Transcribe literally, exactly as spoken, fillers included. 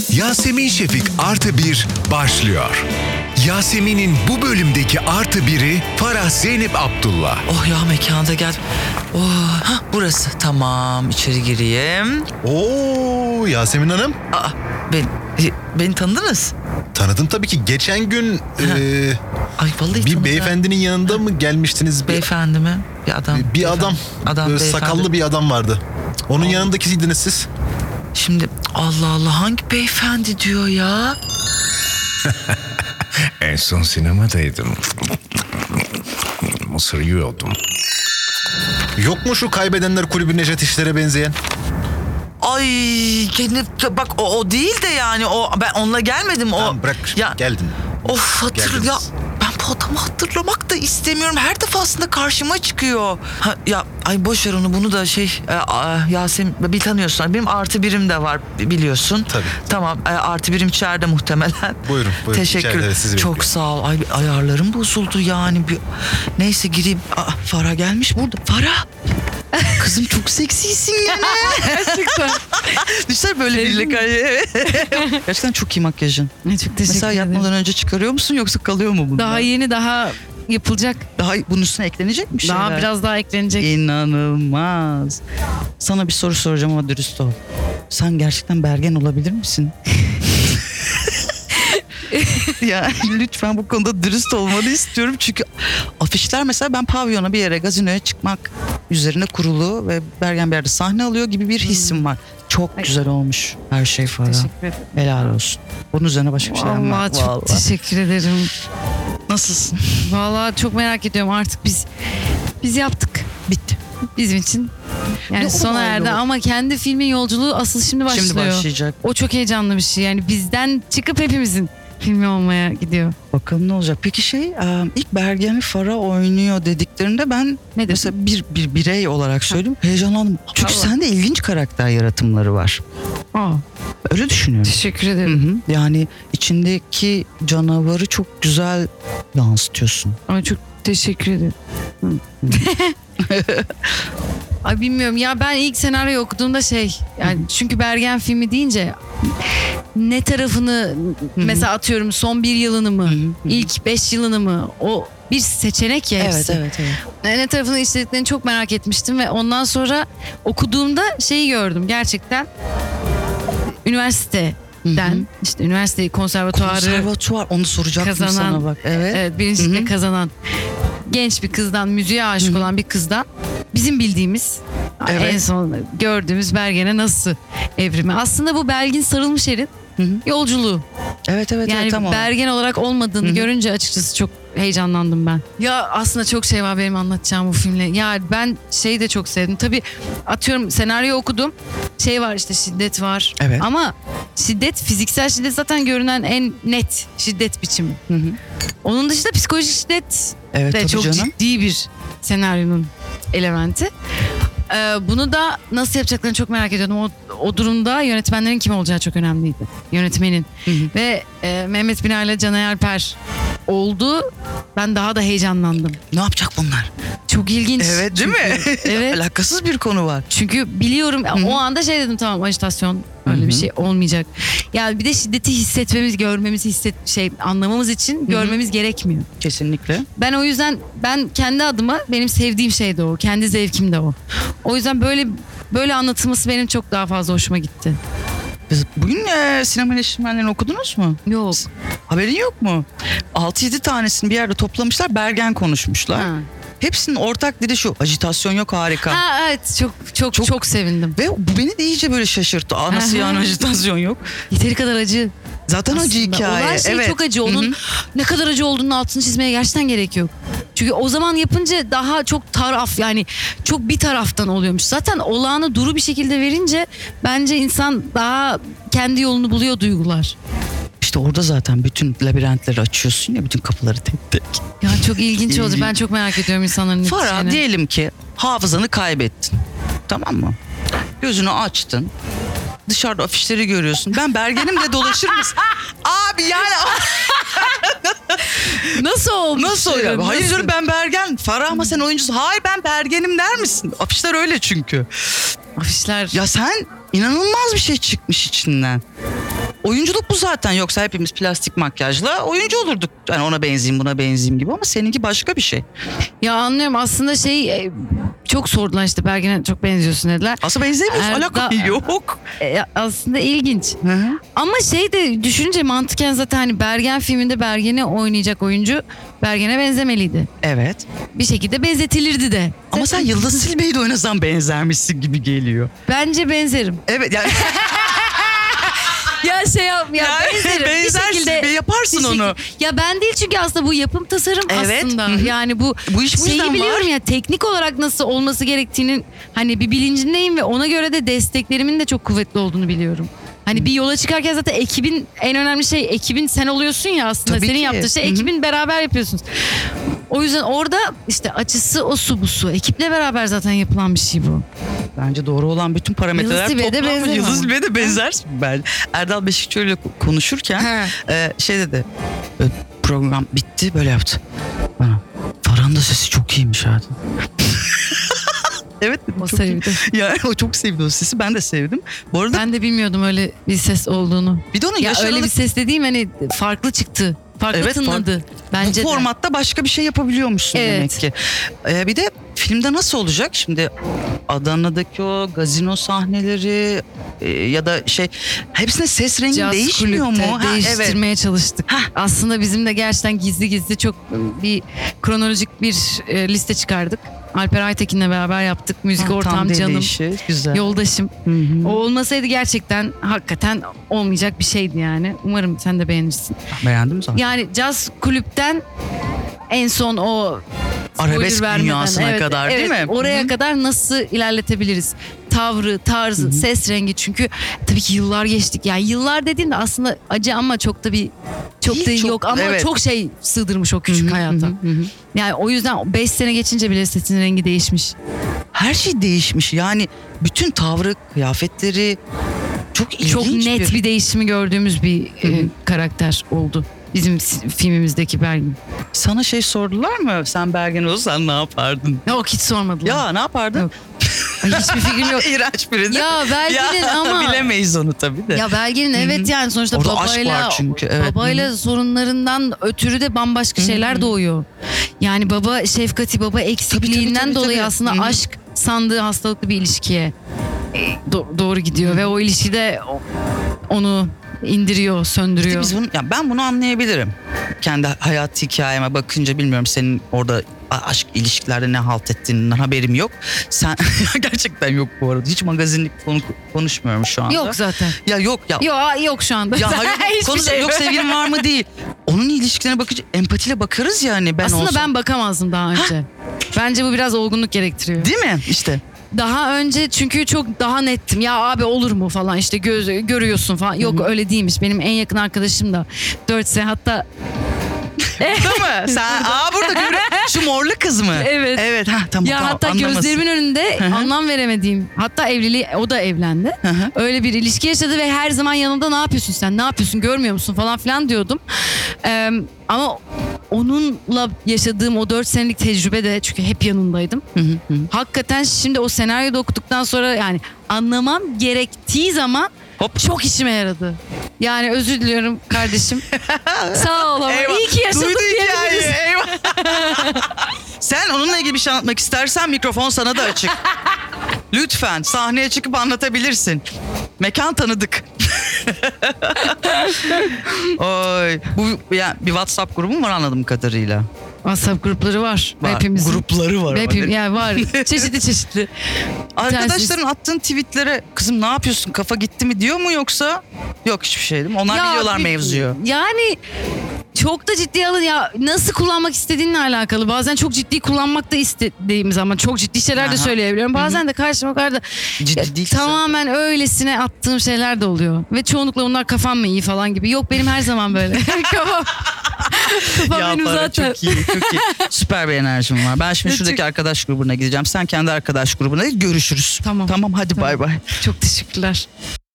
Yasemin Şefik Artı Bir başlıyor. Yasemin'in bu bölümdeki artı biri Farah Zeynep Abdullah. Oh ya, mekanda gel. Oh, hah, burası. Tamam, içeri gireyim. Oo, Yasemin Hanım. Aa, ben, beni tanıdınız? Tanıdım tabii ki. Geçen gün e, Ay vallahi bir tanıdım. beyefendinin yanında mı gelmiştiniz? Bir, Beyefendi mi? Bir adam. bir, bir adam. Adam Böyle beyefendi. sakallı bir adam vardı. Onun Allah. yanındakisiydiniz siz. Şimdi Allah Allah, hangi beyefendi diyor ya? En son sinemadaydım. Mısır yiyordum. Yok mu şu Kaybedenler Kulübü Nejat İşler'e benzeyen? Ay kendi bak, o, o değil de yani o, ben onunla gelmedim. O Tamam, bırak ya, geldin. of hatır Geldiniz. ya, ben bu adamı hatırlamak da istemiyorum. Her defasında karşıma çıkıyor. Ha, ya ay boş ver onu, bunu da şey e, a, Yasemin bir tanıyorsun. Benim artı birim de var biliyorsun. Tabii. Tamam, e, artı birim içeride muhtemelen. Buyurun, buyurun. Teşekkür. İçeride, sizi Çok bekliyorum. sağ ol. Ay ayarlarım bozuldu yani. Bir... Neyse gireyim. Aa, Farah gelmiş burada. Farah. Kızım çok seksisin gene. Gerçekten. Düşünsene böyle biriyle kay- Gerçekten çok iyi makyajın. Çok teşekkür Mesela ederim. yatmadan önce çıkarıyor musun yoksa kalıyor mu bunlar? Daha yeni, daha yapılacak. Daha bunun üstüne eklenecek mi şeyler? Daha biraz daha eklenecek. İnanılmaz. Sana bir soru soracağım ama dürüst ol. Sen gerçekten Bergen olabilir misin? Ya lütfen bu konuda dürüst olmanı istiyorum. Çünkü afişler mesela, ben pavyona, bir yere, gazinoya çıkmak üzerine kurulu ve Bergen bir yerde sahne alıyor gibi bir hissim var. Çok Ay. güzel olmuş her şey falan. Teşekkür ederim. Helal olsun. Bunun üzerine başka bir şey var. Vallahi çok teşekkür ederim. Nasılsın? Vallahi çok merak ediyorum, artık biz biz yaptık. Bitti. Bizim için. Yani Ne sona olaylı erdi o. ama kendi filmin yolculuğu asıl şimdi başlıyor. Şimdi başlayacak. O çok heyecanlı bir şey. Yani bizden çıkıp hepimizin filmi olmaya gidiyor. Bakalım ne olacak. Peki şey, e, ilk Bergen'i Farah oynuyor dediklerinde ben Ne dedin? mesela bir, bir birey olarak söyleyeyim, heyecanlandım. Çünkü Allah. sende ilginç karakter yaratımları var. Aa, Öyle düşünüyorum. teşekkür Hı ederim. hı. Yani içindeki canavarı çok güzel yansıtıyorsun. Ay çok teşekkür ederim. Ay bilmiyorum ya, ben ilk senaryo okuduğumda şey, yani çünkü Bergen filmi deyince ne tarafını mesela atıyorum, son bir yılını mı, Hı hı. ilk beş yılını mı, o bir seçenek ya hepsi. evet evet. Ne tarafını işlediklerini çok merak etmiştim ve ondan sonra okuduğumda şeyi gördüm gerçekten, üniversiteden Hı hı. işte üniversite konservatuarı Konservatuvar, onu soracaktım kazanan, sana bak. Evet. evet, birincilikle Hı hı. kazanan genç bir kızdan, müziğe aşık Hı hı. olan bir kızdan, bizim bildiğimiz Evet. en son gördüğümüz Bergen'e nasıl evrimi. Aslında bu Belgin Sarılmışer'in Hı hı. yolculuğu. Evet evet Yani evet, tamam. Bergen olarak olmadığını Hı hı. görünce açıkçası çok heyecanlandım ben. Ya aslında çok şey var benim anlatacağım bu filmle. Ya ben şeyi de çok sevdim. Tabii atıyorum, senaryo okudum. Şey var işte, şiddet var. Evet. Ama şiddet, fiziksel şiddet zaten görünen en net şiddet biçimi. Hı hı. Onun dışında psikolojik şiddet Evet de tabii çok canım. ciddi bir senaryonun elementi. Ee, bunu da nasıl yapacaklarını çok merak ediyordum. O, o durumda yönetmenlerin kim olacağı çok önemliydi. Yönetmenin. Hı hı. Ve e, Mehmet Binay ile Canay Alper oldu. Ben daha da heyecanlandım. Ne yapacak bunlar? Çok ilginç. Evet değil Çünkü- mi? Evet. Alakasız bir konu var. Çünkü biliyorum, Hı hı. o anda şey dedim, tamam, ajitasyon öyle Hı bir hı. şey olmayacak. Yani bir de şiddeti hissetmemiz, görmemiz, hisset şey anlamamız için görmemiz gerekmiyor. Kesinlikle. Ben o yüzden, ben kendi adıma, benim sevdiğim şey de o. Kendi zevkim de o. O yüzden böyle böyle anlatılması benim çok daha fazla hoşuma gitti. Biz bugün e, sinema eleştirmenlerini okudunuz mu? Yok. Haberin yok mu? altı yedi tanesini bir yerde toplamışlar, Bergen konuşmuşlar. Ha. Hepsinin ortak dili şu: ajitasyon yok, harika. Ha, evet, çok çok Çok- çok, sevindim. Ve bu beni de iyice böyle şaşırttı. Aa, nasıl Aha. yani ajitasyon yok? Yeteri kadar acı. Zaten acı Aslında hikaye. olan şey evet. çok acı. Onun Hı hı. ne kadar acı olduğunu altını çizmeye gerçekten gerek yok. Çünkü o zaman yapınca daha çok taraf, yani çok bir taraftan oluyormuş. Zaten olağanı duru bir şekilde verince bence insan daha kendi yolunu buluyor, duygular. İşte orada zaten bütün labirentleri açıyorsun ya, bütün kapıları tek tek. Ya çok ilginç oldu. Ben çok merak ediyorum insanların Farah, gideceğini. diyelim ki hafızanı kaybettin. Tamam mı? Gözünü açtın. Dışarıda afişleri görüyorsun. Ben Bergen'im de dolaşır mısın? Abi yani Nasıl olmuş? nasıl oluyor? Nasıl? Hayır canım, ben Bergen. Farah ama sen oyuncusun. Hayır, ben Bergen'im der misin? Afişler öyle çünkü. Afişler. Ya sen, inanılmaz bir şey çıkmış içinden. oyunculuk bu zaten, yoksa hepimiz plastik makyajla oyuncu olurduk. Yani ona benzeyeyim buna benzeyeyim gibi, ama seninki başka bir şey. Ya anlıyorum aslında şey e, çok sordular işte Bergen'e çok benziyorsun dediler. Aslında benzemiyorsun, Erda- alakası yok. E, aslında ilginç. Hı hı. Ama şey de düşünce mantıken zaten hani Bergen filminde Bergen'i oynayacak oyuncu Bergen'e benzemeliydi. Evet. Bir şekilde benzetilirdi de. Ama sen Yıldız Silbe'yi de oynasan benzermişsin gibi geliyor. Bence benzerim. Evet yani. Ya şey yap, ya Yani benzerim. benzersin, bir şekilde bir yaparsın bir şekilde- onu. Ya ben değil çünkü aslında bu yapım tasarım Evet. aslında. Hı hı. Yani bu, Bu iş bu şeyi yüzden biliyorum var. ya, teknik olarak nasıl olması gerektiğinin hani bir bilincindeyim ve ona göre de desteklerimin de çok kuvvetli olduğunu biliyorum. Hani bir yola çıkarken zaten ekibin en önemli şey, ekibin sen oluyorsun ya aslında. Tabii Senin ki. yaptığın şey Hı hı. ekibin beraber yapıyorsunuz. O yüzden orada işte açısı o su bu su. Ekiple beraber zaten yapılan bir şey bu. Bence doğru olan bütün parametreler Yıldız Tilbe'ye de toplanmış. benzerim Yıldız ama. Tilbe'ye de benzersin ben. Erdal Beşikçioğlu ile konuşurken He. e, şey dedi. e, Program bitti, böyle yaptı bana. Farah'ın da sesi çok iyiymiş ha. Evet dedim, O çok iyi. sevdi. Yani o çok sevdi o sesi, ben de sevdim. Bu arada Ben de bilmiyordum öyle bir ses olduğunu. bir de onun Ya yaş öyle bir aralık- ses dediğim hani farklı çıktı. Farklı Evet, tınladı. Bence bu de. formatta başka bir şey yapabiliyormuşsun Evet. demek ki. Ee, bir de filmde nasıl olacak? Şimdi Adana'daki o gazino sahneleri e, ya da şey, hepsine ses rengi Caz değişmiyor mu? kulüpte Ha, evet. değiştirmeye çalıştık. Hah. Aslında bizim de gerçekten gizli gizli çok bir kronolojik bir e, liste çıkardık. Alper Aytekin'le beraber yaptık. Müzik Ha, tam ortağım deli canım. işi, güzel. Yoldaşım. Hı hı. O olmasaydı gerçekten hakikaten olmayacak bir şeydi yani. Umarım sen de beğenirsin. Beğendim zaten. Yani caz kulüpten en son o spoiler Arabesk vermeden, dünyasına kadar, değil mi? Oraya Hı hı. kadar nasıl ilerletebiliriz? Tavrı, tarzı, ses rengi, çünkü tabii ki yıllar geçtik. Yani yıllar dediğinde aslında acı ama çok da bir çok Değil, da çok- yok ama evet. çok şey sığdırmış o küçük Hı hı, hayata. hı hı, hı. Yani o yüzden beş sene geçince bile sesin rengi değişmiş. Her şey değişmiş. Yani bütün tavrı, kıyafetleri çok ilginç Çok net bir... bir değişimi gördüğümüz bir e, karakter oldu. Bizim si- filmimizdeki Bergin. Sana şey sordular mı? Sen Bergen olsan ne yapardın? Yok, hiç sormadılar. Ya ne yapardın? Yok. Ay, hiçbir fikrim yok. İğrenç biri de. Ya Bergen'in Ya, ama bilemeyiz onu tabii de. ya Belgin'in evet yani sonuçta Orada aşk babayla var çünkü, evet. babayla sorunlarından ötürü de bambaşka şeyler doğuyor. Yani baba şefkati, baba eksikliğinden tabii, tabii, dolayı tabii. aslında Hı hı. aşk sandığı hastalıklı bir ilişkiye e, do- doğru gidiyor ve o ilişkide o- onu indiriyor, söndürüyor. Biz bunu, ya ben bunu anlayabilirim. Kendi hayat hikayeme bakınca, bilmiyorum senin orada a- aşk ilişkilerde ne halt ettiğinden haberim yok. Sen gerçekten yok bu arada. Hiç magazinlik konu konuşmuyorum şu anda. Yok zaten. Ya yok ya. Yok yok şu anda. Ya hayır, Hiçbir konu şey yok, sevgilim var mı değil. Onun ilişkilerine bakınca empatiyle bakarız yani, ben Aslında olsam. ben bakamazdım daha önce. Bence bu biraz olgunluk gerektiriyor. Değil mi? İşte. Daha önce çünkü çok daha nettim. Ya abi olur mu falan, işte göz, görüyorsun falan. Yok öyle değilmiş. Benim en yakın arkadaşım da dört sene hatta Değil mi? Sen aa burada görüyor. Şu morlu kız mı? Evet. Evet ha tamam. ya tamam, hatta anlamasın. gözlerimin önünde hı. anlam veremediğim, hatta evliliği, o da evlendi. Hı hı. Öyle bir ilişki yaşadı ve her zaman yanında ne yapıyorsun sen, ne yapıyorsun, görmüyor musun falan filan diyordum. Ee, ama onunla yaşadığım o dört senelik tecrübe de, çünkü hep yanındaydım. Hı hı hı. Hakikaten şimdi o senaryoda okuduktan sonra yani anlamam gerektiği zaman Hop. çok işime yaradı. Yani özür diliyorum kardeşim. Sağ ol ama Eyvah. iyi ki yaşadık Duydu diyebiliriz. hikayeyi, eyvah. Sen onunla ilgili bir şey anlatmak istersen mikrofon sana da açık. Lütfen sahneye çıkıp anlatabilirsin. Mekan tanıdık. Oy. Bu yani bir WhatsApp grubum var anladığım kadarıyla. WhatsApp grupları var. Var. Hepimizin. Grupları var. Hepim, ama. yani var. Çeşitli çeşitli. Arkadaşların attığın tweetlere kızım ne yapıyorsun, kafa gitti mi diyor mu, yoksa yok hiçbir şey değil mi? Onlar Ya biliyorlar bir- mevzuyu. Yani çok da ciddiye alın ya, nasıl kullanmak istediğinle alakalı. Bazen çok ciddi kullanmak da istediğim zaman çok ciddi şeyler de Aha. söyleyebiliyorum. Bazen de karşıma o kadar da Ciddi ya, değilse. tamamen öylesine attığım şeyler de oluyor. Ve çoğunlukla bunlar kafam mı iyi falan gibi. Yok, benim her zaman böyle. kafam kafam Ya benim para, zaten. çok iyi, çok iyi. Süper bir enerjim var. Ben şimdi şuradaki arkadaş grubuna gideceğim. Sen kendi arkadaş grubuna git, görüşürüz. Tamam. Tamam hadi Tamam. bay bay. Çok teşekkürler.